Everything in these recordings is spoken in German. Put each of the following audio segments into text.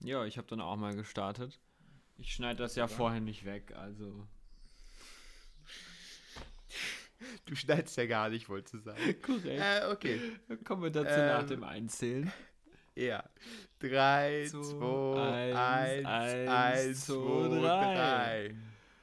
Ja, ich habe dann auch mal gestartet. Ich schneide das ja vorher nicht weg, also. Du schneidest ja gar nicht, wolltest du sagen. Korrekt. Okay. Dann kommen wir dazu nach dem Einzählen. Ja. 3, 2, 2, 1, 1, 1, 1, 2, 2, 3. 3.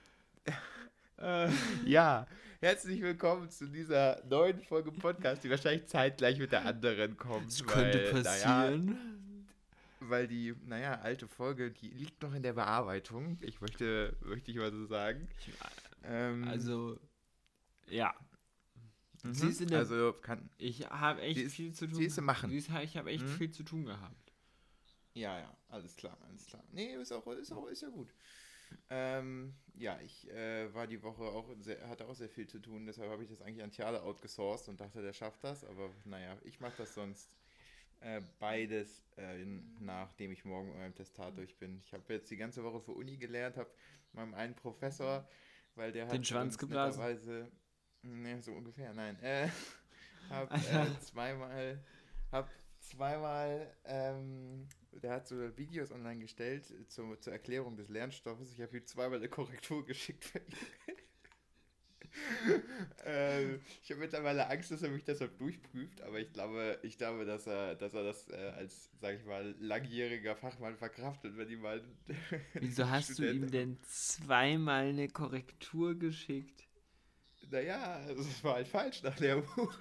Ja, herzlich willkommen zu dieser neuen Folge Podcast, die wahrscheinlich zeitgleich mit der anderen kommt, Es könnte weil passieren. die, alte Folge, die liegt noch in der Bearbeitung. Möchte ich mal so sagen. Also, ja. Sie ist in der. Also kann, Ich habe echt sie viel zu sie tun. ist im Machen. Ich habe echt Mhm. viel zu tun gehabt. Ja, alles klar, alles klar. Nee, ist ja gut. Ja, ich war die Woche hatte auch sehr viel zu tun, deshalb habe ich das eigentlich an Thiale outgesourced und dachte, der schafft das, aber naja, ich mache das sonst beides, nachdem ich morgen mit meinem Testat durch bin. Ich habe jetzt die ganze Woche für Uni gelernt, habe meinem einen Professor, weil der Den hat Schwanz uns geblasen. netterweise, ne, so ungefähr, nein, habe Alter. zweimal, der hat so Videos online gestellt zur Erklärung des Lernstoffes. Ich habe ihm zweimal eine Korrektur geschickt für ihn. Ich habe mittlerweile Angst, dass er mich deshalb durchprüft, aber ich glaube, dass er das als, sag ich mal, langjähriger Fachmann verkraftet, wenn die mal Wieso hast du ihm denn zweimal eine Korrektur geschickt? Naja, es war halt falsch nach Lehrbuch.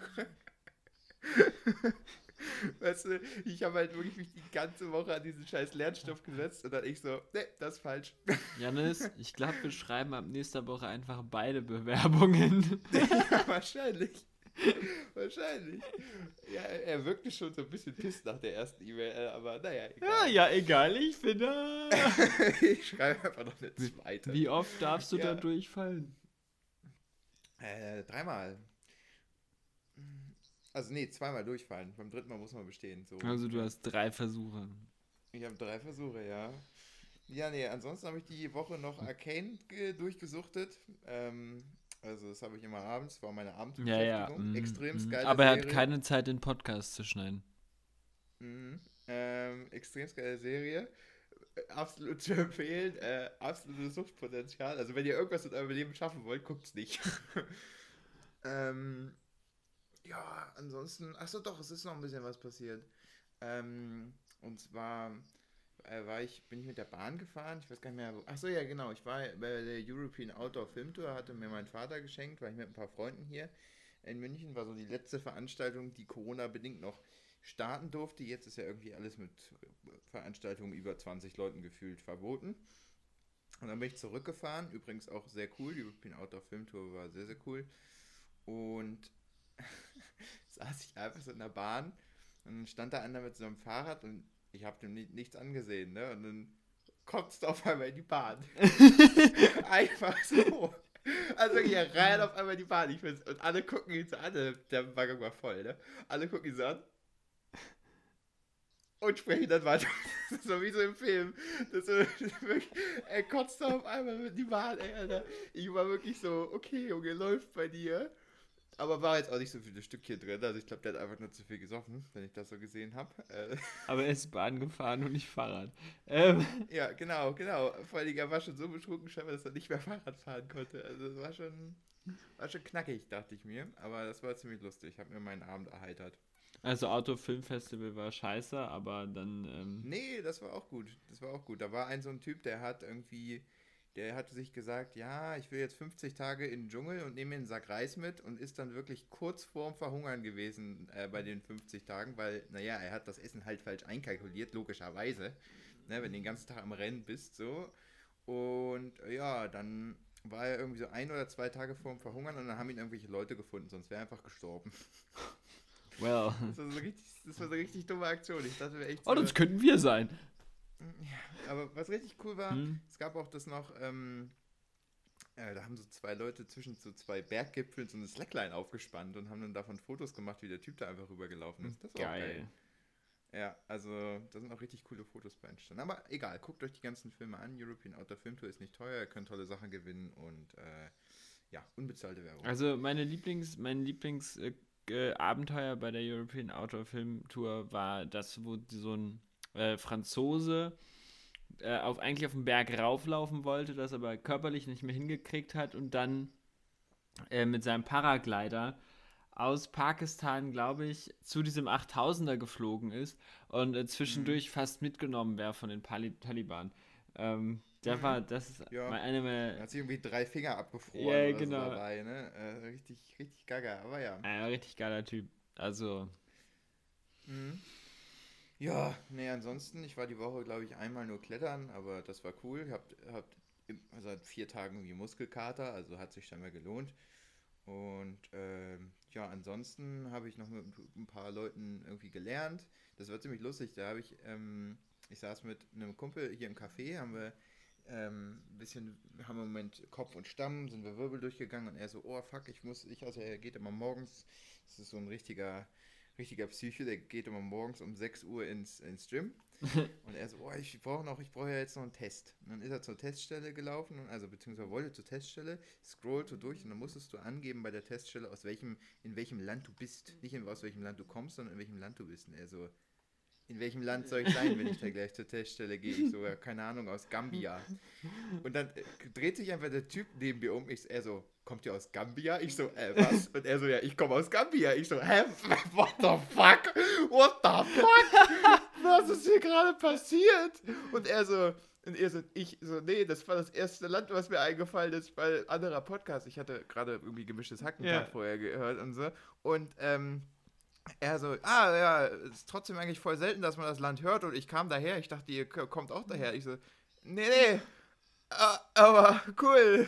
Weißt du, ich habe halt wirklich mich die ganze Woche an diesen scheiß Lernstoff gesetzt und dann ich so, ne, das ist falsch. Janis, ich glaube, wir schreiben ab nächster Woche einfach beide Bewerbungen. Ja, wahrscheinlich. Wahrscheinlich. Ja, er wirkte schon so ein bisschen piss nach der ersten E-Mail, aber naja, egal. Ja, egal, ich finde. Ich schreibe einfach noch eine zweite. Wie oft darfst du da Ja, durchfallen? dreimal. Also nee, zweimal durchfallen. Beim dritten Mal muss man bestehen, so Also du ungefähr. hast 3 Versuche. Ich habe 3 Versuche, ja. Ja, nee, ansonsten habe ich die Woche noch Arcane durchgesuchtet. Also das habe ich immer abends, war meine Ja, ja. Abendbeschäftigung. Extremst geile Aber er hat Serie. keine Zeit, den Podcast zu schneiden. Extremst geile Serie. Absolut zu empfehlen. Absolutes Suchtpotenzial. Also wenn ihr irgendwas in eurem Leben schaffen wollt, guckt's nicht. ähm, ja, ansonsten, achso doch, es ist noch ein bisschen was passiert. Und zwar bin ich mit der Bahn gefahren, ich weiß gar nicht mehr, achso ja genau, ich war bei der European Outdoor Film Tour, hatte mir mein Vater geschenkt, war ich mit ein paar Freunden hier in München, war so die letzte Veranstaltung, die Corona-bedingt noch starten durfte. Jetzt ist ja irgendwie alles mit Veranstaltungen über 20 Leuten gefühlt verboten. Und dann bin ich zurückgefahren, übrigens auch sehr cool, die European Outdoor Film Tour war sehr, sehr cool. Und saß ich einfach so in der Bahn und dann stand da einer mit so einem Fahrrad und ich habe dem nichts angesehen, ne? Und dann kotzt auf einmal in die Bahn. Einfach so. Also hier rein auf einmal in die Bahn. Und alle gucken ihn so an, der Waggon war voll, ne? Alle gucken ihn so an und sprechen dann weiter. So wie so im Film. Das ist wirklich, er kotzt da auf einmal in die Bahn, ey, Alter. Ich war wirklich so, okay, Junge, läuft bei dir. Aber war jetzt auch nicht so viele Stückchen drin. Also ich glaube, der hat einfach nur zu viel gesoffen, wenn ich das so gesehen habe. Aber er ist Bahn gefahren und nicht Fahrrad. Ja, genau. Vor allem, er war schon so betrunken, scheinbar, dass er nicht mehr Fahrrad fahren konnte. Also es war schon knackig, dachte ich mir. Aber das war ziemlich lustig. Hat mir meinen Abend erheitert. Also Autofilmfestival war scheiße, aber dann. Nee, das war auch gut. Das war auch gut. Da war so ein Typ, der hatte sich gesagt, ja, ich will jetzt 50 Tage in den Dschungel und nehme mir einen Sack Reis mit und ist dann wirklich kurz vorm Verhungern gewesen bei den 50 Tagen, weil, naja, er hat das Essen halt falsch einkalkuliert, logischerweise, ne, wenn du den ganzen Tag am Rennen bist, so. Und ja, dann war er irgendwie so 1 oder 2 Tage vorm Verhungern und dann haben ihn irgendwelche Leute gefunden, sonst wäre er einfach gestorben. Well. Das war so eine richtig dumme Aktion. Ich dachte mir echt Oh, so, das könnten wir sein. ja, aber was richtig cool war, es gab auch das noch, da haben so 2 Leute zwischen so 2 Berggipfeln so eine Slackline aufgespannt und haben dann davon Fotos gemacht, wie der Typ da einfach rübergelaufen ist. Das war auch geil. Ja, also da sind auch richtig coole Fotos bei entstanden. Aber egal, guckt euch die ganzen Filme an. European Outdoor Film Tour ist nicht teuer, ihr könnt tolle Sachen gewinnen und ja, unbezahlte Werbung. Also mein Lieblings Abenteuer bei der European Outdoor Film Tour war das, wo so ein Franzose eigentlich auf den Berg rauflaufen wollte, das aber körperlich nicht mehr hingekriegt hat und dann mit seinem Paraglider aus Pakistan, glaube ich, zu diesem 8000er geflogen ist und zwischendurch fast mitgenommen wäre von den Taliban. Das ist eine meiner... Da hat sich irgendwie 3 Finger abgefroren oder genau. so dabei, ne? Richtig, richtig gaga, aber ja. Ein richtig geiler Typ. Also... Ja, nee, ansonsten, ich war die Woche, glaube ich, einmal nur klettern, aber das war cool. Ich hab seit 4 Tagen irgendwie Muskelkater, also hat sich scheinbar gelohnt. Und ja, ansonsten habe ich noch mit ein paar Leuten irgendwie gelernt. Das war ziemlich lustig. Da habe ich saß mit einem Kumpel hier im Café, haben wir ein bisschen, haben im Moment Kopf und Stamm, sind wir Wirbel durchgegangen und er so, oh fuck, also er geht immer morgens, das ist so ein richtiger Psycho, der geht immer morgens um 6 Uhr ins Gym. Und er so, oh, ich brauche ja jetzt noch einen Test. Und dann ist er zur Teststelle gelaufen, beziehungsweise wollte zur Teststelle, scrollt so durch und dann musstest du angeben bei der Teststelle, in welchem Land du bist. Nicht aus welchem Land du kommst, sondern in welchem Land du bist. Und er so, in welchem Land soll ich sein, wenn ich da gleich zur Teststelle gehe? Ich so, ja, keine Ahnung, aus Gambia. Und dann dreht sich einfach der Typ neben mir um. Er so, kommt ihr aus Gambia? Ich so, was? Und er so, ja, ich komme aus Gambia. Ich so, what the fuck? What the fuck? Was ist hier gerade passiert? Und er so, nee, das war das erste Land, was mir eingefallen ist, weil anderer Podcast. Ich hatte gerade irgendwie gemischtes Hackentag vorher gehört und so. Und, er so, ja, ist trotzdem eigentlich voll selten, dass man das Land hört und ich kam daher, ich dachte, ihr kommt auch daher. Ich so, nee, aber cool.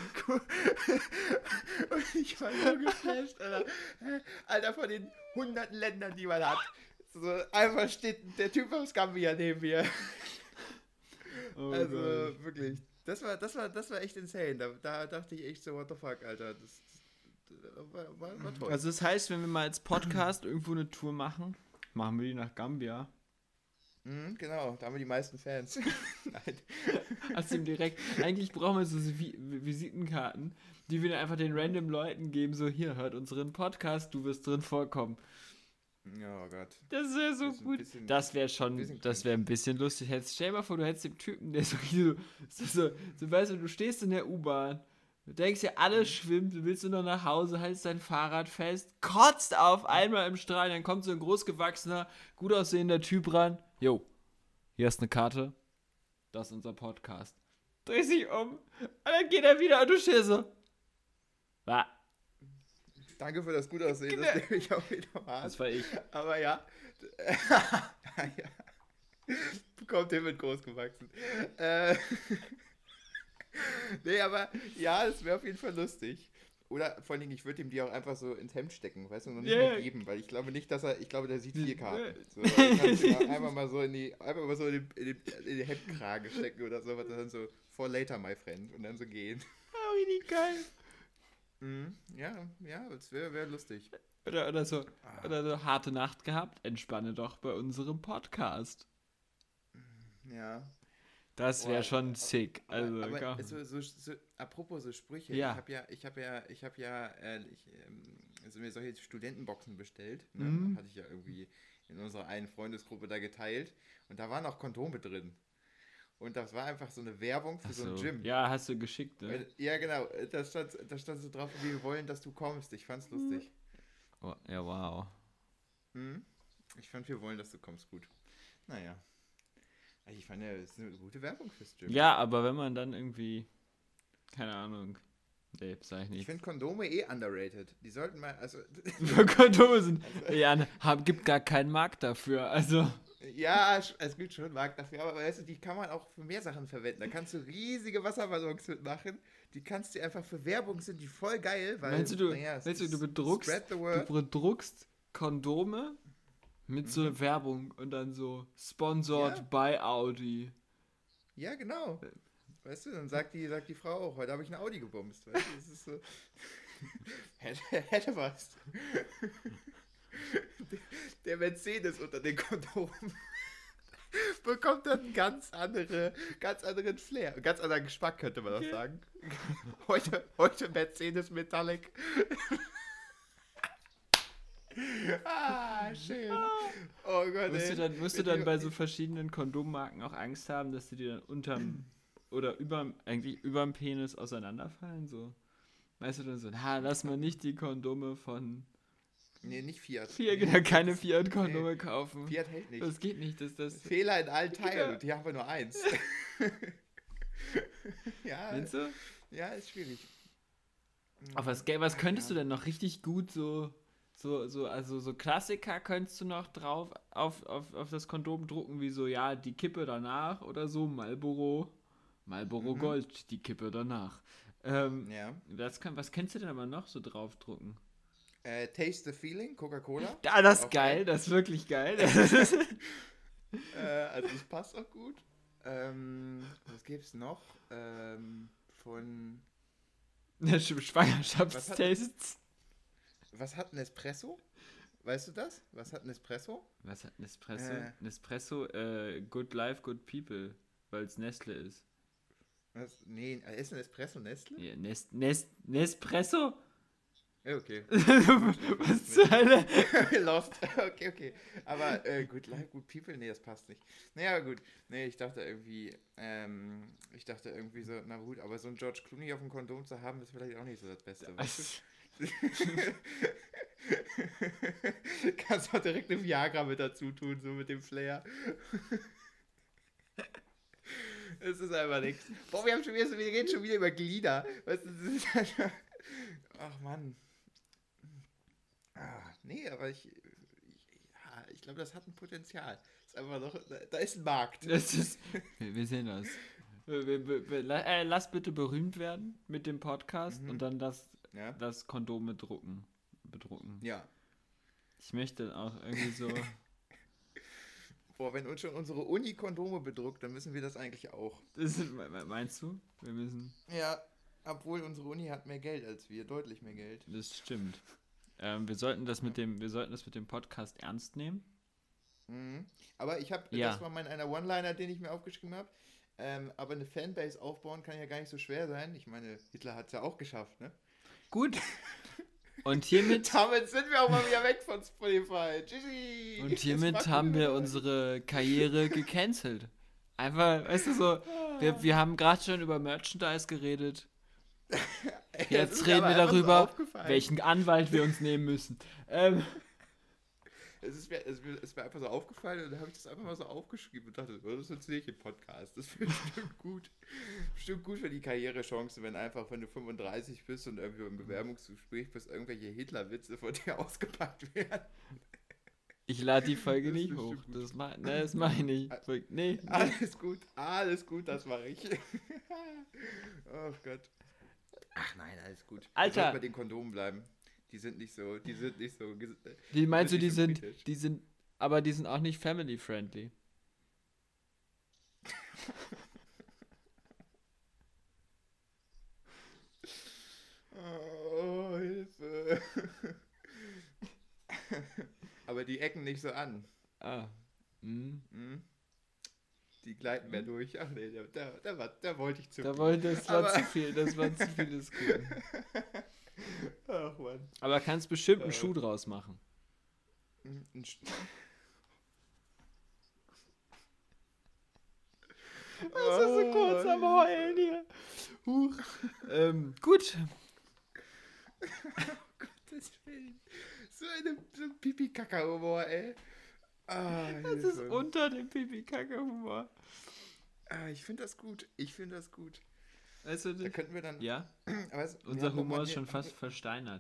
Und ich war so geflasht, Alter, von den hunderten Ländern, die man hat. So, einfach steht der Typ aus Gambia neben mir. Oh also, Gott. Wirklich, das war echt insane. Da dachte ich echt so, what the fuck, Alter, das war toll. Also das heißt, wenn wir mal als Podcast irgendwo eine Tour machen wir die nach Gambia. Genau, da haben wir die meisten Fans. Nein. Also direkt, eigentlich brauchen wir so Visitenkarten, die wir dann einfach den random Leuten geben, so hier, hört unseren Podcast, du wirst drin vorkommen. Oh Gott. Das wäre so gut. Das wäre ein bisschen lustig. Stell dir mal vor, du hättest den Typen, der so weißt du stehst in der U-Bahn, du denkst ja, alles schwimmt, du willst nur noch nach Hause, hältst dein Fahrrad fest, kotzt auf einmal im Strahl, dann kommt so ein großgewachsener, gut aussehender Typ ran. Jo, hier ist eine Karte, das ist unser Podcast. Dreh sich um und dann geht er wieder und du stehst so. Bah. Danke für das gute Aussehen, das nehme ich auch wieder mal an. Das war ich. Aber ja. Kommt hin mit groß gewachsen. Nee, aber ja, das wäre auf jeden Fall lustig. Oder vor allen Dingen, ich würde ihm die auch einfach so ins Hemd stecken, weißt du, und nicht mehr geben, weil ich glaube nicht, der sieht 4 Karten. So, kannst du einfach mal so in den Hemdkragen stecken oder so, was dann so, for later, my friend, und dann so gehen. Oh, wie geil. Ja, das wäre lustig. Oder so harte Nacht gehabt, entspanne doch bei unserem Podcast. Ja. Das wäre schon sick. Also, aber apropos so Sprüche, ja. ich habe mir solche Studentenboxen bestellt, ne? Hatte ich ja irgendwie in unserer einen Freundesgruppe da geteilt und da waren auch Kondome drin. Und das war einfach so eine Werbung für so ein Gym. Ja, hast du geschickt, ne? Ja, genau. Da stand so drauf, wir wollen, dass du kommst. Ich fand's lustig. Oh, ja, wow. Ich fand, wir wollen, dass du kommst, gut. Naja. Ich fand ja, das ist eine gute Werbung fürs Gym. Ja, aber wenn man dann irgendwie, keine Ahnung, nee, sag ich nicht. Ich finde Kondome underrated. Die sollten mal, also... Kondome sind, gibt gar keinen Markt dafür, also... Ja, es gibt schon einen Markt dafür, aber weißt du, die kann man auch für mehr Sachen verwenden. Da kannst du riesige Wasserballons mitmachen, die kannst du einfach für Werbung, sind die voll geil, weil... Meinst du bedruckst Kondome mit so einer Werbung und dann so sponsored by Audi. Ja, genau. Weißt du, dann sagt die Frau auch, heute habe ich eine Audi gebumst. Weißt du, das ist so... hätte was. Der Mercedes unter den Kondomen bekommt dann einen ganz anderen Flair, einen ganz anderen Geschmack, könnte man auch sagen. Heute Mercedes Metallic. Schön. Oh Gott, musst du dann bei so verschiedenen Kondommarken auch Angst haben, dass die dir dann unterm oder überm Penis auseinanderfallen? So. Weißt du dann so, lass mal nicht die Kondome von... Nee, nicht Fiat. Keine Fiat-Kondome kaufen. Fiat hält nicht. Das geht nicht. Das Fehler in allen Teilen und hier haben wir nur eins. Ja. Meinst du? Ja, ist schwierig. Aber was könntest du denn noch richtig gut so Klassiker könntest du noch drauf auf das Kondom drucken, wie so, ja, die Kippe danach oder so, Marlboro Gold, die Kippe danach. Ja. Was kannst du denn aber noch so draufdrucken? Taste the Feeling, Coca-Cola. Ja, das ist geil, das ist wirklich geil. Also das passt auch gut. Was gibt's noch? Von Schwangerschaftstests. Was hat ein Espresso? Weißt du das? Was hat ein Espresso? Nespresso, Good Life, Good People, weil es Nestle ist. Was? Nee, ist ein Espresso Nestle? Ja, Nespresso? Ja, okay. Was zur Hölle? Lost. Okay. Aber Good Life, Good People? Nee, das passt nicht. Naja, gut. Nee, ich dachte irgendwie so, na gut, aber so ein George Clooney auf dem Kondom zu haben, ist vielleicht auch nicht so das Beste. Weißt du? Kannst auch direkt eine Viagra mit dazu tun, so mit dem Flair. Es ist einfach nichts. Boah, wir reden schon wieder über Glieder. Weißt du, das ist einfach... Ach Mann. Nee, aber ich glaube, das hat ein Potenzial. Das ist einfach noch, da ist ein Markt. Wir sehen das. Lass bitte berühmt werden mit dem Podcast und dann das Kondom bedrucken. Ja. Ich möchte auch irgendwie so... Boah, wenn uns schon unsere Uni Kondome bedruckt, dann müssen wir das eigentlich auch. Meinst du? Wir müssen... Ja, obwohl unsere Uni hat mehr Geld als wir, deutlich mehr Geld. Das stimmt. Wir sollten das mit dem Podcast ernst nehmen. Mhm. Aber das war mein einer One-Liner, den ich mir aufgeschrieben habe. Aber eine Fanbase aufbauen kann ja gar nicht so schwer sein. Ich meine, Hitler hat es ja auch geschafft, ne? Gut. Und hiermit... Damit sind wir auch mal wieder weg von Spotify. Tschüssi. Und hiermit haben wir unsere Karriere gecancelt. Einfach, weißt du so, wir haben gerade schon über Merchandise geredet. Jetzt reden wir darüber, welchen Anwalt wir uns nehmen müssen. Es ist mir einfach so aufgefallen und dann habe ich das einfach mal so aufgeschrieben und dachte, das erzähle ich im Podcast. Das wird bestimmt gut. Bestimmt gut für die Karrierechancen, wenn du 35 bist und irgendwie im Bewerbungsgespräch bist, irgendwelche Hitler-Witze von dir ausgepackt werden. Ich lade die Folge nicht hoch. Das mache ich nicht. Nee. Alles gut, das mache ich. Oh Gott. Ach nein, alles gut. Alter. Wir sollten bei den Kondomen bleiben. Die sind nicht so. Wie meinst du, die sind auch nicht family friendly? Oh, Hilfe. Aber die ecken nicht so an. Die gleiten mehr durch. Ach nee, da wollte ich zu viel. Das war zu viel des Guten. Ach Mann. Aber kannst bestimmt einen Schuh draus machen. Das ist so kurz am Heulen hier. Gut. Gottes Willen. So ein Pipi-Kaka-Humor, ey. Das ist unter dem Pipi-Kaka-Humor. Ich finde das gut. Weißt du, da könnten wir dann... Ja, unser Humor ist schon fast versteinert.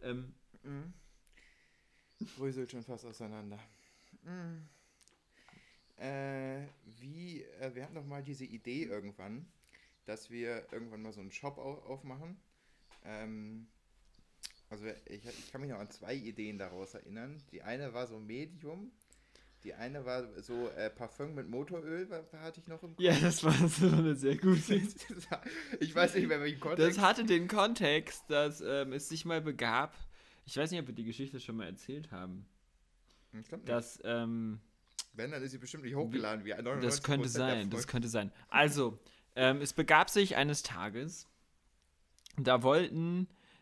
Bröselt schon fast auseinander. Wir hatten doch mal diese Idee irgendwann, dass wir irgendwann mal so einen Shop aufmachen. Also ich kann mich noch an 2 Ideen daraus erinnern. Die eine war so Medium. Die eine war so Parfüm mit Motoröl, hatte ich noch im Kopf. Ja, das war so eine sehr gute Idee. Ich weiß nicht mehr, welchen Kontext. Das hatte den Kontext, dass es sich mal begab. Ich weiß nicht, ob wir die Geschichte schon mal erzählt haben. Ich glaube nicht. Dass, wenn, dann ist sie bestimmt nicht hochgeladen wie 99%. Das könnte sein. Also, es begab sich eines Tages, da wollten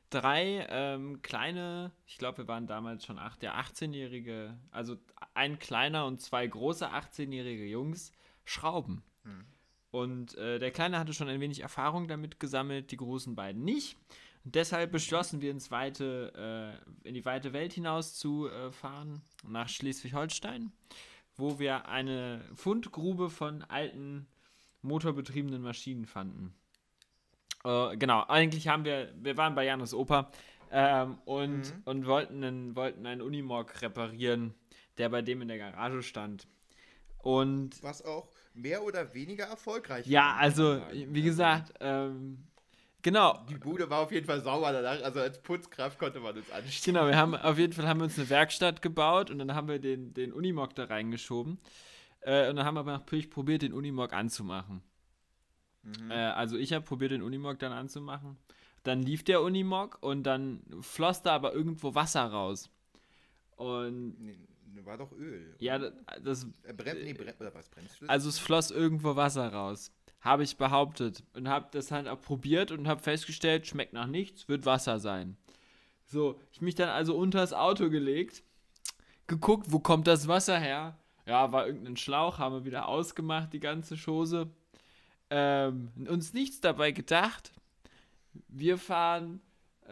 3 kleine, ich glaube, wir waren damals schon 18-Jährige, also ein kleiner und 2 große 18-jährige Jungs schrauben. Und der Kleine hatte schon ein wenig Erfahrung damit gesammelt, die großen beiden nicht. Und deshalb beschlossen wir in die weite Welt hinaus zu fahren, nach Schleswig-Holstein, wo wir eine Fundgrube von alten motorbetriebenen Maschinen fanden. Genau, eigentlich wir waren bei Janus Opa und wollten einen Unimog reparieren, der bei dem in der Garage stand. Und was auch mehr oder weniger erfolgreich war. Ja, also, wie gesagt, genau. Die Bude war auf jeden Fall sauber danach, also als Putzkraft konnte man uns anstellen. Genau, auf jeden Fall haben wir uns eine Werkstatt gebaut und dann haben wir den Unimog da reingeschoben. Und dann haben wir natürlich probiert, den Unimog anzumachen. Also ich habe probiert, den Unimog dann anzumachen. Dann lief der Unimog und dann floss da aber irgendwo Wasser raus. Und war doch Öl. Ja, oder was Brennstoff? Also es floss irgendwo Wasser raus. Habe ich behauptet. Und habe das halt auch probiert und habe festgestellt, schmeckt nach nichts, wird Wasser sein. So, ich mich dann also unter das Auto gelegt, geguckt, wo kommt das Wasser her? Ja, war irgendein Schlauch, haben wir wieder ausgemacht, die ganze Chose. Uns nichts dabei gedacht. Wir fahren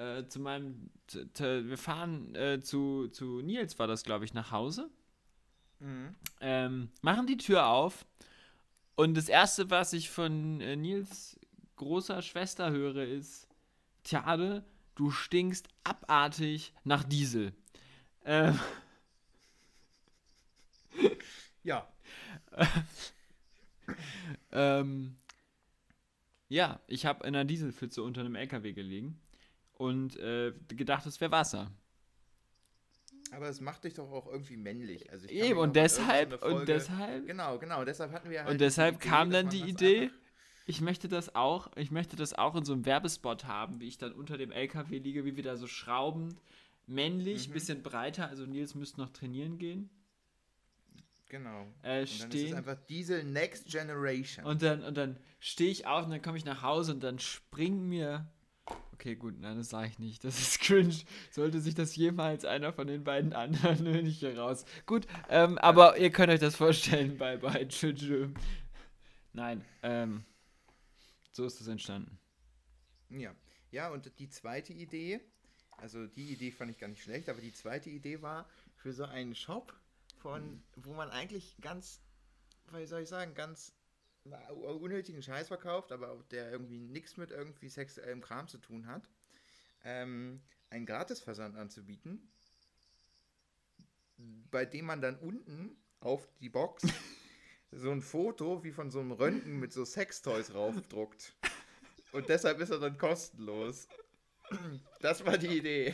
zu Nils, war das, glaube ich, nach Hause. Machen die Tür auf und das Erste, was ich von Nils großer Schwester höre, ist: Tjade, du stinkst abartig nach Diesel. Ja. Ja, ich habe in einer Dieselpfütze unter einem LKW gelegen und gedacht, es wäre Wasser. Aber es macht dich doch auch irgendwie männlich. Also Eben, und deshalb. Genau, deshalb hatten wir halt. Und deshalb kam dann die Idee, ich möchte das auch in so einem Werbespot haben, wie ich dann unter dem LKW liege, wie wir da so schraubend, männlich, bisschen breiter, also Nils müsste noch trainieren gehen. Genau. Und dann ist es einfach Diesel Next Generation. Und dann stehe ich auf und dann komme ich nach Hause und dann springt mir. Okay, gut, nein, das sage ich nicht. Das ist cringe. Sollte sich das jemals einer von den beiden anhören, bin ich hier raus. Gut, aber ihr könnt euch das vorstellen bei Tschüss. Nein, so ist es entstanden. Ja, und die zweite Idee, also die Idee fand ich gar nicht schlecht, aber die zweite Idee war für so einen Shop, wo man eigentlich ganz unnötigen Scheiß verkauft, aber auch der irgendwie nichts mit irgendwie sexuellem Kram zu tun hat, einen Gratisversand anzubieten, bei dem man dann unten auf die Box so ein Foto wie von so einem Röntgen mit so Sextoys raufdruckt. Und deshalb ist er dann kostenlos. Das war die Idee.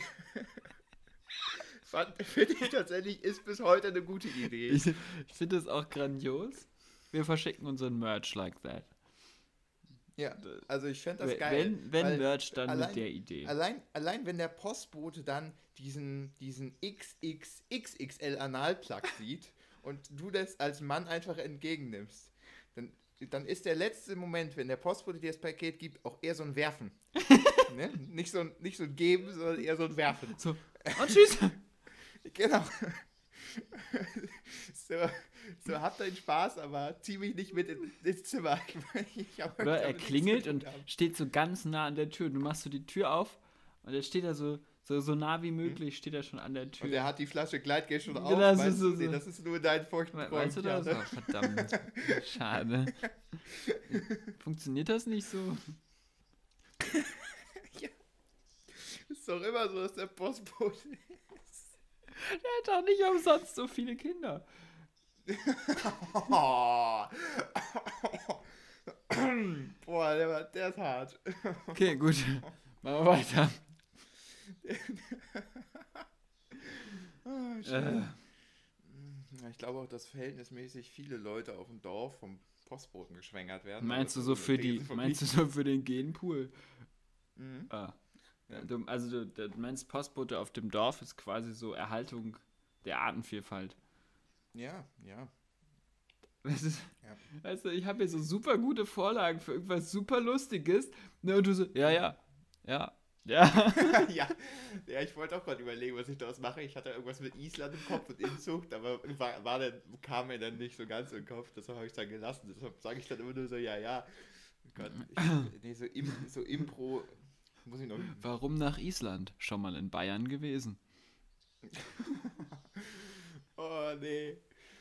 Finde ich tatsächlich, ist bis heute eine gute Idee. Ich finde es auch grandios. Wir verschicken unseren Merch like that. Ja, also ich fände das geil. Wenn Merch, dann mit der Idee. Allein wenn der Postbote dann diesen XXXXL Analplug sieht und du das als Mann einfach entgegennimmst, dann ist der letzte Moment, wenn der Postbote dir das Paket gibt, auch eher so ein Werfen. Ne? Nicht so ein Geben, sondern eher so ein Werfen. So, und tschüss. Genau. So, habt deinen Spaß, aber zieh mich nicht mit ins Zimmer. Oder er klingelt und steht so ganz nah an der Tür. Du machst so die Tür auf und er steht da so nah wie möglich, steht er schon an der Tür. Und er hat die Flasche Gleitgel schon auf. Genau, Nee, das ist nur dein feuchten Träumchen. Weißt du das? Oh, verdammt. Schade. Funktioniert das nicht so? Ja. Ist doch immer so, dass der Postbote ist. Der hat doch nicht umsonst so viele Kinder. Boah, der ist hart. Okay, gut. Machen wir weiter. Ich glaube auch, dass verhältnismäßig viele Leute auf dem Dorf vom Postboten geschwängert werden. Meinst du so für den Genpool? Mhm. Ah. Ja. Du meinst, Postbote auf dem Dorf ist quasi so Erhaltung der Artenvielfalt. Ja. Weißt du, ich habe hier so super gute Vorlagen für irgendwas super Lustiges. Ne, und du so, ja. Ja. ja, ich wollte auch gerade überlegen, was ich daraus mache. Ich hatte irgendwas mit Island im Kopf und Inzucht, aber kam mir dann nicht so ganz in den Kopf. Deshalb habe ich es dann gelassen. Deshalb sage ich dann immer nur so, ja. Gott, so Impro muss ich noch. Warum nach Island? Schon mal in Bayern gewesen. Oh, nee.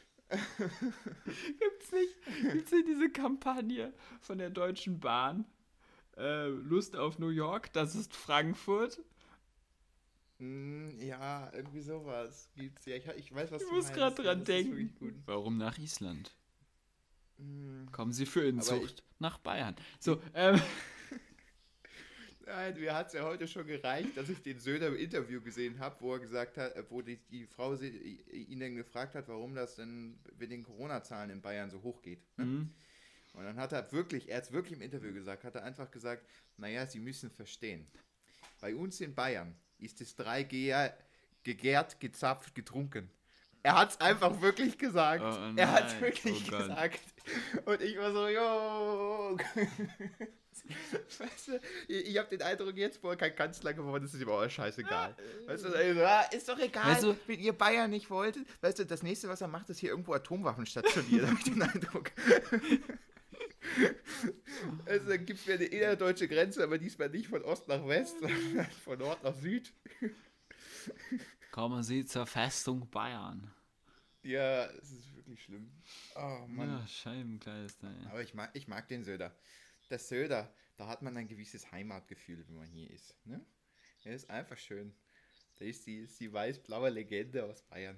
Gibt's nicht diese Kampagne von der Deutschen Bahn? Lust auf New York, das ist Frankfurt. Ja, irgendwie sowas gibt's. Ja, ich weiß, was du meinst. Ich muss gerade dran denken. Warum nach Island? Kommen Sie für Inzucht nach Bayern. So, Nein, mir hat es ja heute schon gereicht, dass ich den Söder im Interview gesehen habe, wo er gesagt hat, wo die Frau ihn dann gefragt hat, warum das denn mit den Corona-Zahlen in Bayern so hoch geht. Ne? Mhm. Und dann hat er hat es wirklich im Interview gesagt, hat er einfach gesagt, naja, Sie müssen verstehen, bei uns in Bayern ist das 3G gegärt, gezapft, getrunken. Er hat es einfach wirklich gesagt. Oh, er hat es wirklich gesagt. Und ich war so, jo. Weißt du, ich habe den Eindruck, jetzt, wo er kein Kanzler geworden ist, ist ihm auch scheißegal. Weißt du, ist doch egal, weißt du, wenn ihr Bayern nicht wolltet. Weißt du, das nächste, was er macht, ist hier irgendwo Atomwaffen stationiert, habe ich den Eindruck. Also, dann gibt es ja eine innerdeutsche Grenze, aber diesmal nicht von Ost nach West, sondern von Nord nach Süd. Kommen Sie zur Festung Bayern. Ja, es ist wirklich schlimm. Oh Mann. Ja, Scheibenkleister. Ja. Aber ich mag den Söder. Der Söder, da hat man ein gewisses Heimatgefühl, wenn man hier ist. Ne? Er ist einfach schön. Da ist die weiß-blaue Legende aus Bayern.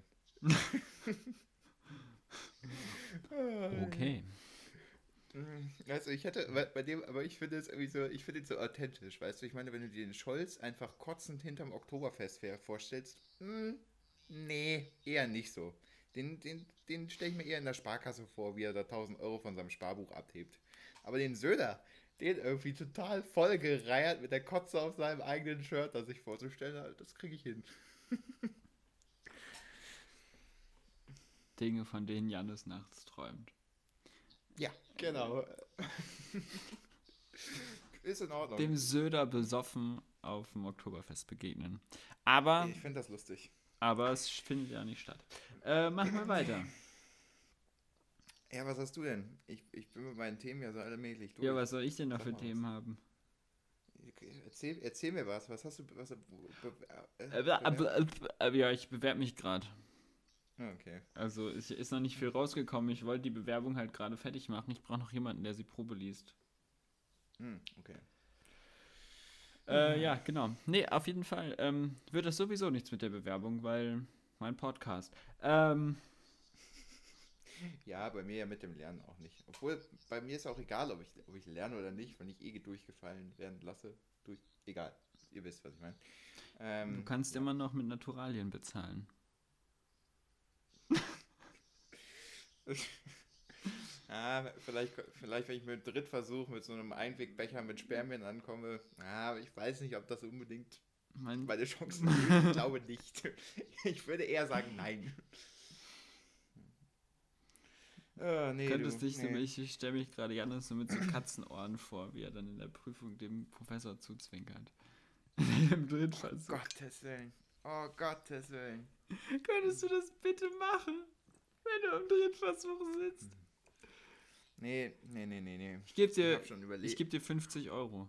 Okay. Also ich hätte bei dem, aber ich finde es irgendwie so, ich finde ihn so authentisch, weißt du, ich meine, wenn du dir den Scholz einfach kotzend hinterm Oktoberfest vorstellst, nee, eher nicht so. Den stelle ich mir eher in der Sparkasse vor, wie er da 1.000 Euro von seinem Sparbuch abhebt. Aber den Söder, den irgendwie total vollgereiert mit der Kotze auf seinem eigenen Shirt, das sich vorzustellen, das kriege ich hin. Dinge, von denen Jannis nachts träumt. Ja, genau. Ist in Ordnung. Dem Söder besoffen auf dem Oktoberfest begegnen. Aber ich finde das lustig. Aber es findet ja nicht statt. Machen wir weiter. Ja, was hast du denn? Ich bin mit meinen Themen ja so allmählich durch. Ja, was soll ich denn noch für Themen haben? Erzähl mir was. Was hast du... ja, ich bewerbe mich gerade. Okay. Also es ist noch nicht viel rausgekommen. Ich wollte die Bewerbung halt gerade fertig machen. Ich brauche noch jemanden, der sie Probe liest. Okay. Ja, genau. Nee, auf jeden Fall wird das sowieso nichts mit der Bewerbung, weil mein Podcast. Ja, bei mir ja mit dem Lernen auch nicht. Obwohl, bei mir ist auch egal, ob ich lerne oder nicht, wenn ich durchgefallen werden lasse. Egal, ihr wisst, was ich meine. Du kannst immer noch mit Naturalien bezahlen. Vielleicht, wenn ich mit dem Drittversuch mit so einem Einwegbecher mit Spermien ankomme, aber ich weiß nicht, ob das unbedingt meine Chancen sind. Ich glaube nicht. Ich würde eher sagen, nein. Nee, ich stelle mich gerade Jannis so mit so Katzenohren vor, wie er dann in der Prüfung dem Professor zuzwinkert. Im Drittversuch. Oh Gottes Willen. Könntest du das bitte machen, wenn du im Drittversuch sitzt? Nee. Ich geb dir 50 Euro.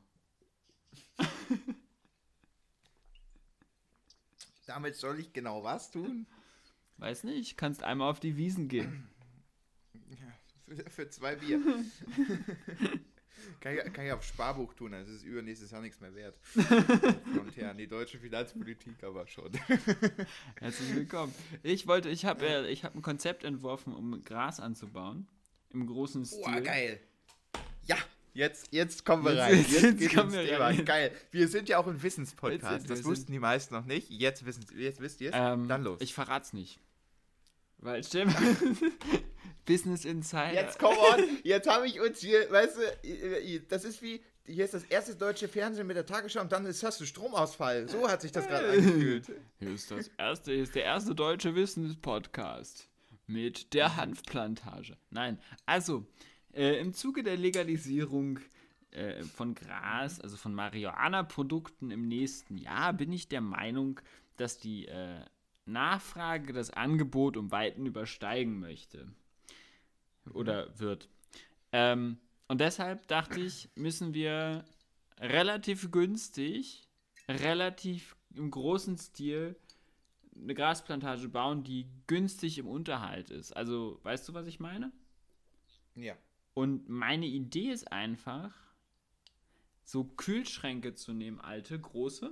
Damit soll ich genau was tun? Weiß nicht, kannst einmal auf die Wiesen gehen. Ja, für 2 Bier. Kann ich auf Sparbuch tun, dann ist es übernächstes Jahr nichts mehr wert. Kommt her an die deutsche Finanzpolitik, aber schon. Herzlich willkommen. Ich habe ein Konzept entworfen, um Gras anzubauen. Im großen Stil. Oh, geil. Ja, jetzt kommen wir rein. Jetzt geht ins Thema. Geil. Wir sind ja auch ein Wissenspodcast. Das wussten die meisten noch nicht. Jetzt wisst ihr es. Dann los. Ich verrat's nicht. Weil, Business Insider. Jetzt, come on. Jetzt habe ich uns hier, weißt du, das ist wie, hier ist das erste deutsche Fernsehen mit der Tagesschau und dann hast du Stromausfall. So hat sich das gerade angefühlt. Hier ist der erste deutsche Wissenspodcast mit der Hanfplantage. Nein, also, im Zuge der Legalisierung von Gras, also von Marihuana-Produkten im nächsten Jahr, bin ich der Meinung, dass die Nachfrage das Angebot um Weiten übersteigen möchte. Oder wird. Und deshalb dachte ich, müssen wir relativ günstig, relativ im großen Stil eine Grasplantage bauen, die günstig im Unterhalt ist. Also, weißt du, was ich meine? Ja. Und meine Idee ist einfach, so Kühlschränke zu nehmen, alte, große,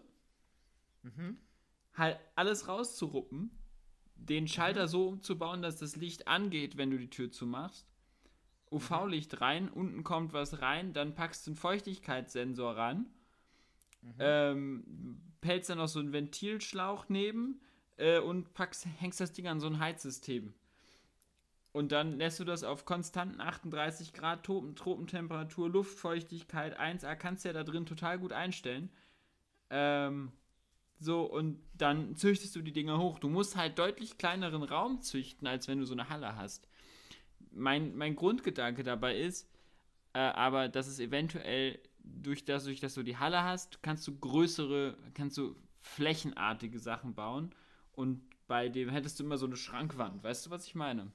halt alles rauszuruppen, den Schalter so umzubauen, dass das Licht angeht, wenn du die Tür zumachst, UV-Licht rein, unten kommt was rein, dann packst du einen Feuchtigkeitssensor ran, hältst dann noch so einen Ventilschlauch neben und hängst das Ding an so ein Heizsystem. Und dann lässt du das auf konstanten 38 Grad Tropentemperatur, Luftfeuchtigkeit 1A, kannst du ja da drin total gut einstellen. So, und dann züchtest du die Dinger hoch. Du musst halt deutlich kleineren Raum züchten, als wenn du so eine Halle hast. Mein Grundgedanke dabei ist, aber dass es eventuell, durch das du die Halle hast, kannst du flächenartige Sachen bauen. Und bei dem hättest du immer so eine Schrankwand. Weißt du, was ich meine?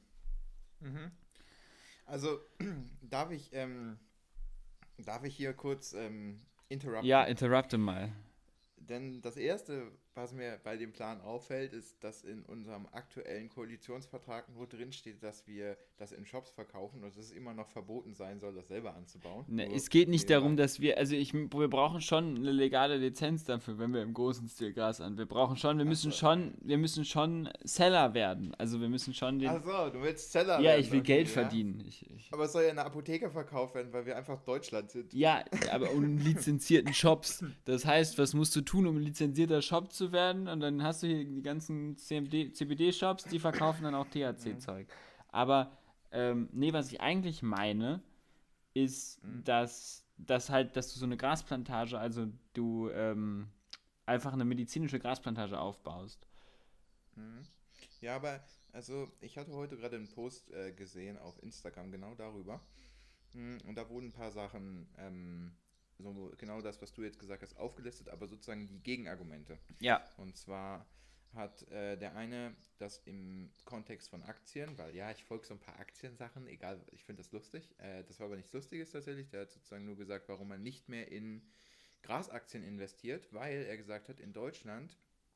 Also, darf ich hier kurz interrupten? Ja, interrupte mal. Denn das Erste, was mir bei dem Plan auffällt, ist, dass in unserem aktuellen Koalitionsvertrag nur drin steht, dass wir das in Shops verkaufen und dass es immer noch verboten sein soll, das selber anzubauen. Ne, es geht nicht darum, dass wir brauchen schon eine legale Lizenz dafür, wenn wir im großen Stil Gras an. Wir müssen schon Seller werden. Also wir müssen schon Ach so, du willst Seller werden. Ja, ich will Geld verdienen. Aber es soll ja in der Apotheke verkauft werden, weil wir einfach Deutschland sind. Ja, aber um lizenzierten Shops. Das heißt, was musst du tun, um ein lizenzierter Shop zu werden? Und dann hast du hier die ganzen CBD-Shops, die verkaufen dann auch THC-Zeug. Aber, was ich eigentlich meine, ist, dass du so eine Grasplantage, also du einfach eine medizinische Grasplantage aufbaust. Ja, aber, also, ich hatte heute gerade einen Post gesehen auf Instagram genau darüber. Und da wurden ein paar Sachen, so genau das, was du jetzt gesagt hast, aufgelistet, aber sozusagen die Gegenargumente. Ja. Und zwar hat der eine das im Kontext von Aktien, weil ja, ich folge so ein paar Aktiensachen, egal, ich finde das lustig. Das war aber nichts Lustiges tatsächlich. Der hat sozusagen nur gesagt, warum er nicht mehr in Grasaktien investiert, weil er gesagt hat, in Deutschland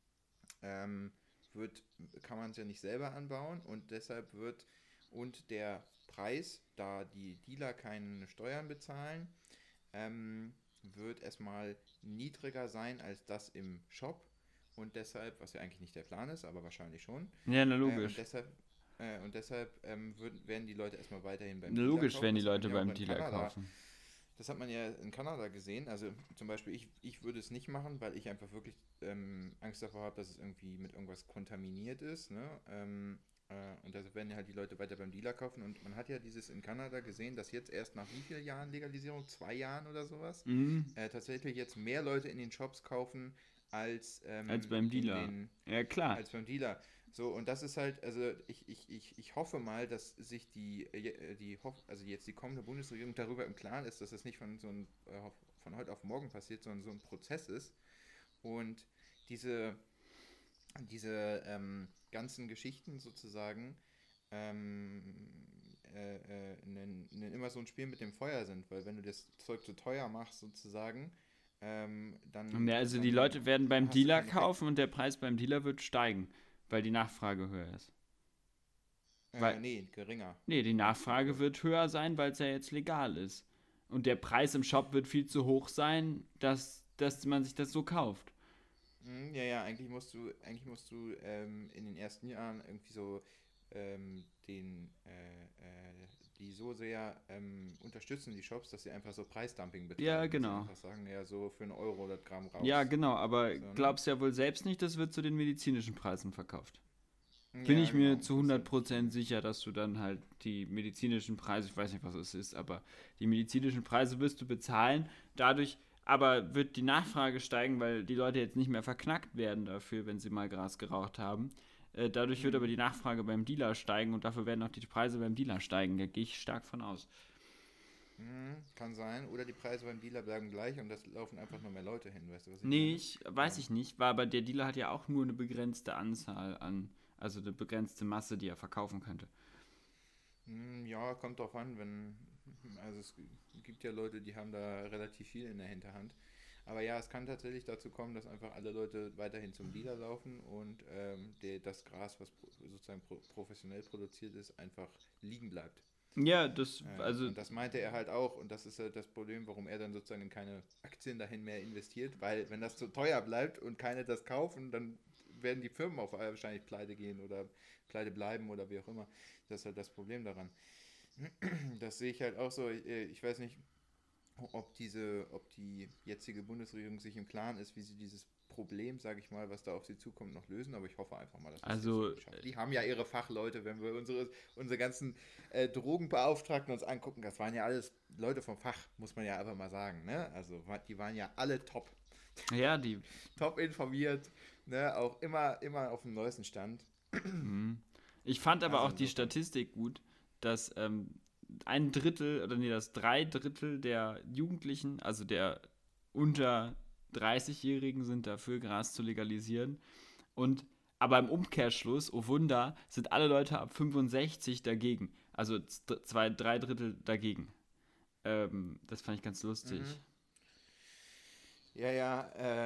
kann man es ja nicht selber anbauen und deshalb und der Preis, da die Dealer keine Steuern bezahlen, wird erstmal niedriger sein als das im Shop und deshalb, was ja eigentlich nicht der Plan ist, aber wahrscheinlich schon. Ja, na logisch. Und deshalb werden die Leute erstmal weiterhin beim Dealer kaufen. Logisch werden die Leute beim Dealer kaufen. Das hat man ja in Kanada gesehen. Also zum Beispiel, ich würde es nicht machen, weil ich einfach wirklich Angst davor habe, dass es irgendwie mit irgendwas kontaminiert ist. Ne? Und deshalb werden halt die Leute weiter beim Dealer kaufen. Und man hat ja dieses in Kanada gesehen, dass jetzt erst nach wie vielen Jahren Legalisierung? 2 Jahren oder sowas? Tatsächlich jetzt mehr Leute in den Shops kaufen als beim Dealer. Ja, klar. Als beim Dealer. So, und das ist halt, also ich hoffe mal, dass sich die kommende Bundesregierung darüber im Klaren ist, dass das nicht von heute auf morgen passiert, sondern so ein Prozess ist. Und diese ganzen Geschichten sozusagen immer so ein Spiel mit dem Feuer sind, weil wenn du das Zeug zu teuer machst sozusagen, dann... Ja, also die Leute werden beim Dealer kaufen und der Preis beim Dealer wird steigen, weil die Nachfrage höher ist. Nee, geringer. Nee, die Nachfrage wird höher sein, weil es ja jetzt legal ist. Und der Preis im Shop wird viel zu hoch sein, dass man sich das so kauft. Ja, eigentlich musst du in den ersten Jahren irgendwie so die so sehr unterstützen, die Shops, dass sie einfach so Preisdumping betreiben. Ja, genau. Einfach sagen, ja, so für 1 Euro das Gramm raus. Ja, genau, aber so, glaubst ja wohl selbst nicht, das wird zu den medizinischen Preisen verkauft. Bin ich mir zu 100% sicher, dass du dann halt die medizinischen Preise, ich weiß nicht, was es ist, aber die medizinischen Preise wirst du bezahlen. Dadurch aber wird die Nachfrage steigen, weil die Leute jetzt nicht mehr verknackt werden dafür, wenn sie mal Gras geraucht haben. Dadurch wird aber die Nachfrage beim Dealer steigen und dafür werden auch die Preise beim Dealer steigen. Da gehe ich stark von aus. Kann sein. Oder die Preise beim Dealer bleiben gleich und das laufen einfach nur mehr Leute hin, weißt du, was ich Nee, meine? weiß ich nicht, aber der Dealer hat ja auch nur eine begrenzte Anzahl also eine begrenzte Masse, die er verkaufen könnte. Ja, kommt drauf an, also es gibt ja Leute, die haben da relativ viel in der Hinterhand. Aber ja, es kann tatsächlich dazu kommen, dass einfach alle Leute weiterhin zum Dealer laufen und das Gras, was sozusagen professionell produziert ist, einfach liegen bleibt. Ja, also, Und das meinte er halt auch, und das ist halt das Problem, warum er dann sozusagen in keine Aktien dahin mehr investiert, weil wenn das zu teuer bleibt und keine das kaufen, dann werden die Firmen auf wahrscheinlich pleite gehen oder pleite bleiben oder wie auch immer. Das ist halt das Problem daran. Das sehe ich halt auch so. Ich weiß nicht, ob die jetzige Bundesregierung sich im Klaren ist, wie sie dieses Problem, sage ich mal, was da auf sie zukommt, noch lösen. Aber ich hoffe einfach mal, dass das jetzt also, irgendwie schafft. Die haben ja ihre Fachleute, wenn wir unsere ganzen Drogenbeauftragten uns angucken. Das waren ja alles Leute vom Fach, muss man ja einfach mal sagen. Ne? Also die waren ja alle top. ja, die. Top informiert, ne? Auch immer auf dem neuesten Stand. Hm. Ich fand aber Also auch die insofern. Statistik gut, dass ein Drittel oder nee, dass 3 Drittel der Jugendlichen, also der unter 30-Jährigen, sind dafür, Gras zu legalisieren. Und aber im Umkehrschluss, oh Wunder, sind alle Leute ab 65 dagegen. Also 3 Drittel dagegen. Das fand ich ganz lustig. Mhm. Ja, ja,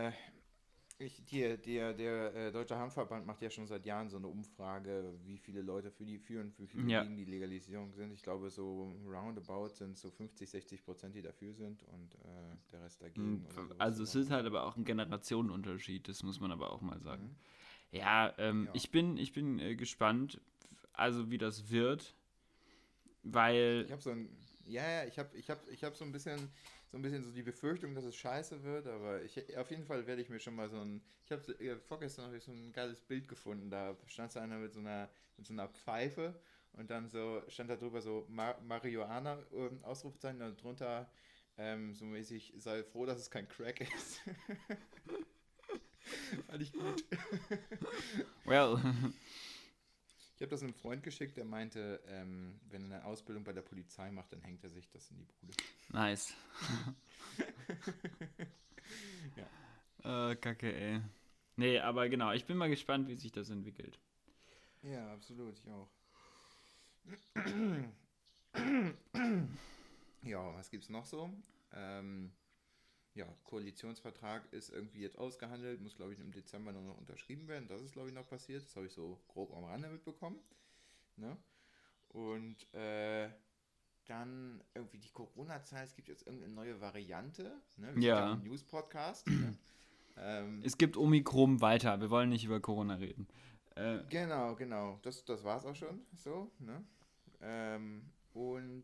der Deutsche Handverband macht ja schon seit Jahren so eine Umfrage, wie viele Leute für und wie viele Ja, gegen die Legalisierung sind. Ich glaube, so roundabout sind so 50-60%, die dafür sind und der Rest dagegen oder sowas also es ist drumherum. halt aber auch ein Generationenunterschied, das muss man aber auch mal sagen. Mhm. Ja, Ja. ich bin gespannt, also wie das wird, weil, Ich habe so ein, ja, ja, ich hab so ein bisschen so die Befürchtung, dass es scheiße wird, aber auf jeden Fall werde ich mir schon mal vorgestern habe ich so ein geiles Bild gefunden, da stand so einer mit so einer Pfeife und dann so, stand da drüber so Marihuana, Ausrufezeichen, und drunter so mäßig, sei froh, dass es kein Crack ist. Fand ich gut. well, Ich habe das einem Freund geschickt, der meinte, wenn er eine Ausbildung bei der Polizei macht, dann hängt er sich das in die Bude. nice. Ja. Kacke, ey. Nee, aber genau, ich bin mal gespannt, wie sich das entwickelt. Ja, absolut, ich auch. Ja, was gibt's noch so? Ähm, ja, Koalitionsvertrag ist irgendwie jetzt ausgehandelt, muss glaube ich im Dezember nur noch unterschrieben werden. Das ist glaube ich noch passiert. Das habe ich so grob am Rande mitbekommen. Ne? Und dann irgendwie die Corona-Zeit, es gibt jetzt irgendeine neue Variante. Ne? Wir sind ja auch Ja, ein News-Podcast. Ne? Ähm, es gibt Omikron weiter, wir wollen nicht über Corona reden. Äh, genau. Das war es auch schon. So, ne? Und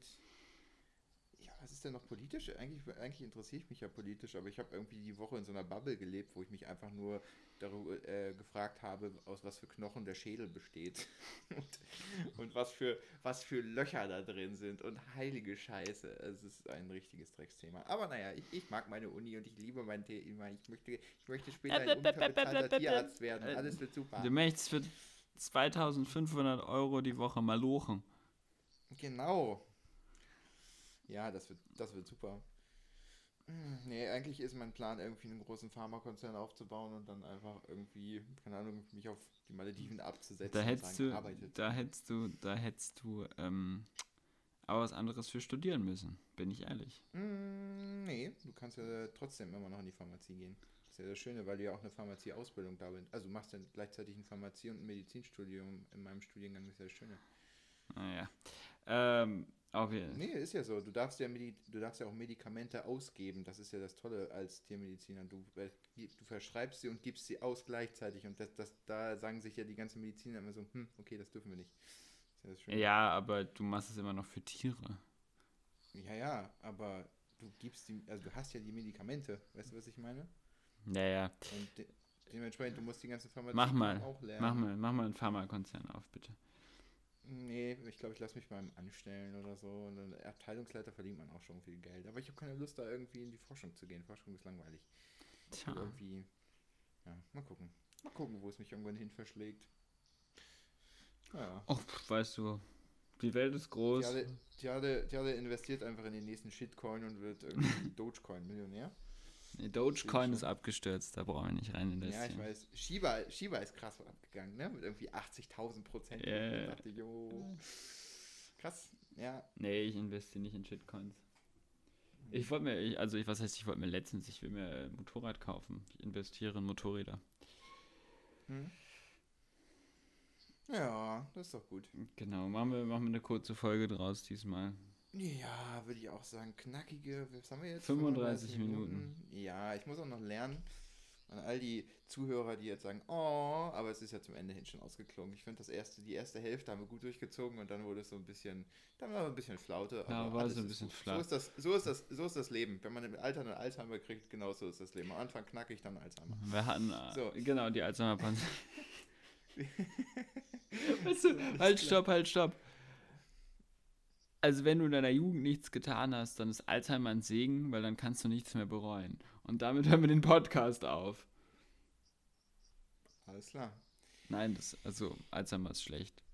ja, was ist denn noch politisch? Eigentlich interessiere ich mich ja politisch, aber ich habe irgendwie die Woche in so einer Bubble gelebt, wo ich mich einfach nur darüber gefragt habe, aus was für Knochen der Schädel besteht und was für Löcher da drin sind und heilige Scheiße. Es ist ein richtiges Drecksthema. Aber naja, ich mag meine Uni und ich liebe mein Thema. Ich möchte später ein unterbezahlter Tierarzt werden. Alles wird Du super. möchtest für 2.500 € die Woche mal lochen. Genau. Ja, das wird super. Nee, eigentlich ist mein Plan, irgendwie einen großen Pharmakonzern aufzubauen und dann einfach irgendwie, keine Ahnung, mich auf die Malediven Da abzusetzen und hättest sagen, du, arbeitet. da hättest du aber was anderes für studieren müssen, bin ich ehrlich. Nee, du kannst ja trotzdem immer noch in die Pharmazie gehen. Das ist ja das Schöne, weil du ja auch eine Pharmazie-Ausbildung da bist. Also du machst dann gleichzeitig ein Pharmazie- und ein Medizinstudium in meinem Studiengang, das ist ja das Schöne. Naja. Auf jeden Nee, ist ja so. Du darfst ja auch Medikamente ausgeben. Das ist ja das Tolle als Tiermediziner. Du verschreibst sie und gibst sie aus gleichzeitig. Und da sagen sich ja die ganzen Mediziner immer so, okay, das dürfen wir nicht. Das ist ja das Schöne. Ja, aber du machst es immer noch für Tiere. Ja, ja, aber also du hast ja die Medikamente. Weißt du, was ich meine? Ja, ja. Und dementsprechend, du musst die ganzen Mach Pharmaziekram mal. auch Mach lernen. mal, mach mal einen Pharmakonzern auf, bitte. Nee, ich glaube, ich lasse mich beim Anstellen oder so. Und dann Abteilungsleiter verdient man auch schon viel Geld. Aber ich habe keine Lust, da irgendwie in die Forschung zu gehen. Forschung ist langweilig. Ich Tja. will irgendwie, ja, mal gucken. Mal gucken, wo es mich irgendwann hin verschlägt. Ja. Och, weißt du, Die Welt ist groß. Tjade investiert einfach in den nächsten Shitcoin und wird irgendwie Dogecoin-Millionär. Nee, Dogecoin ist abgestürzt, da brauchen wir nicht rein investieren. Ja, ich weiß. Shiba ist krass abgegangen, ne? Mit irgendwie 80.000%. Da dachte ich, krass, ja. Nee, ich investiere nicht in Shitcoins. Ich wollte mir letztens, ich will mir ein Motorrad kaufen. Ich investiere in Motorräder. Ja, das ist doch gut. Genau, machen wir eine kurze Folge draus diesmal. Ja, würde ich auch sagen, knackige, was haben wir jetzt? 35 Minuten. Ja, ich muss auch noch lernen. An all die Zuhörer, die jetzt sagen, oh, aber es ist ja zum Ende hin schon ausgeklungen. Ich finde, die erste Hälfte haben wir gut durchgezogen und dann wurde es so ein bisschen, dann war ein bisschen Flaute. Ja, war so ein bisschen flach. So ist das Leben. Wenn man im Alter einen Alzheimer kriegt, genau so ist das Leben. Am Anfang knackig, dann Alzheimer. Wir hatten, genau, die Alzheimer-Panzer. Weißt du, halt, stopp. Also wenn du in deiner Jugend nichts getan hast, dann ist Alzheimer ein Segen, weil dann kannst du nichts mehr bereuen. Und damit hören wir den Podcast auf. Alles klar. Nein, Alzheimer ist schlecht.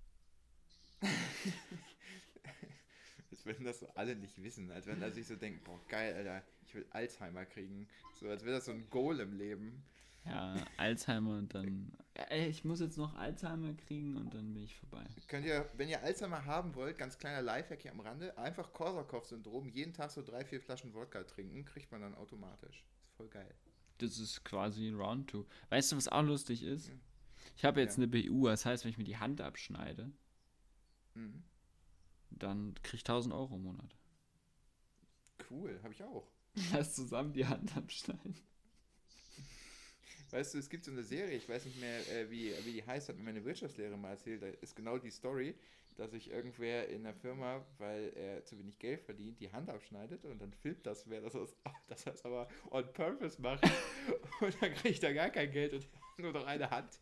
Als wenn das so alle nicht wissen. Als wenn sich so denken, boah, geil, Alter, ich will Alzheimer kriegen. So, als wäre das so ein Goal im Leben. Ja, Alzheimer und dann... ich muss jetzt noch Alzheimer kriegen und dann bin ich vorbei. Könnt ihr, wenn ihr Alzheimer haben wollt, ganz kleiner Lifehack hier am Rande, einfach Korsakow-Syndrom, jeden Tag so 3-4 Flaschen Wodka trinken, kriegt man dann automatisch. Ist voll geil. Das ist quasi ein Round 2. Weißt du, was auch lustig ist? Ich habe jetzt eine BU, das heißt, wenn ich mir die Hand abschneide, dann kriege ich 1.000 Euro im Monat. Cool, habe ich auch. Lass zusammen die Hand abschneiden. Weißt du, es gibt so eine Serie, ich weiß nicht mehr, wie die heißt, hat mir meine Wirtschaftslehrerin mal erzählt, da ist genau die Story, dass sich irgendwer in der Firma, weil er zu wenig Geld verdient, die Hand abschneidet und dann filmt das, wer das aber on purpose macht und dann kriegt er gar kein Geld und nur noch eine Hand.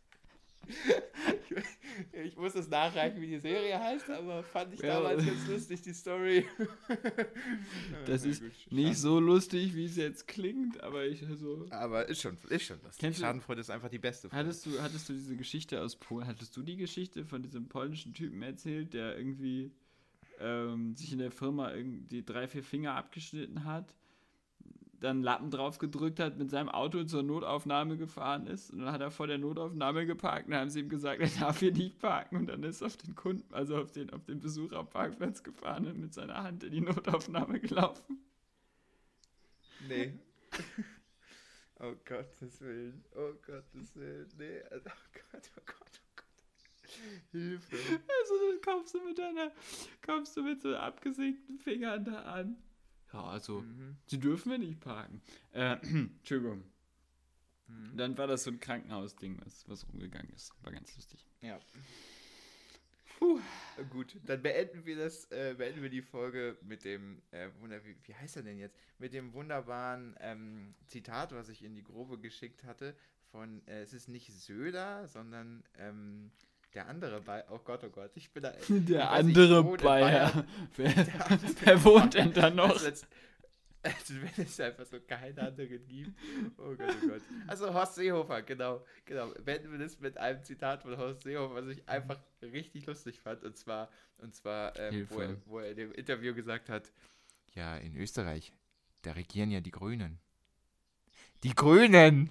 Ich muss es nachreichen, wie die Serie heißt, aber fand ich damals ganz lustig, die Story. Das ist nicht so lustig, wie es jetzt klingt, aber Aber ist schon lustig. Schadenfreude ist einfach die beste Freude. Hattest du diese Geschichte aus Polen, hattest du die Geschichte von diesem polnischen Typen erzählt, der irgendwie sich in der Firma die 3-4 Finger abgeschnitten hat, dann Lappen drauf gedrückt hat, mit seinem Auto zur Notaufnahme gefahren ist und dann hat er vor der Notaufnahme geparkt und dann haben sie ihm gesagt, er darf hier nicht parken und dann ist auf den Kunden, also auf den Besucherparkplatz gefahren und mit seiner Hand in die Notaufnahme gelaufen. Nee. Oh Gottes Willen. Nee. Oh Gott. Hilfe. Also dann kommst du mit so abgesägten Fingern da an. Ja, also, sie dürfen wir nicht parken. Entschuldigung. Dann war das so ein Krankenhausding, was rumgegangen ist. War ganz lustig. Ja. Puh. Gut, dann beenden wir die Folge mit dem, wie heißt er denn jetzt? Mit dem wunderbaren Zitat, was ich in die Grube geschickt hatte, von, es ist nicht Söder, sondern, der andere Bayer, oh Gott, ich bin da... Der andere Bayer. Wer wohnt denn da noch? Also wenn es einfach so keine anderen gibt. Oh Gott. Also Horst Seehofer, genau. Beenden wir das mit einem Zitat von Horst Seehofer, was ich einfach richtig lustig fand. Und zwar wo er in dem Interview gesagt hat, ja, in Österreich, da regieren ja die Grünen. Die Grünen!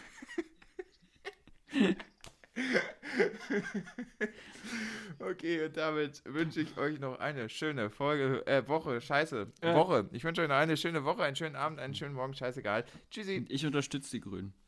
Okay, und damit wünsche ich euch noch eine schöne Woche. Ich wünsche euch noch eine schöne Woche, einen schönen Abend, einen schönen Morgen, scheißegal. Tschüssi. Ich unterstütze die Grünen.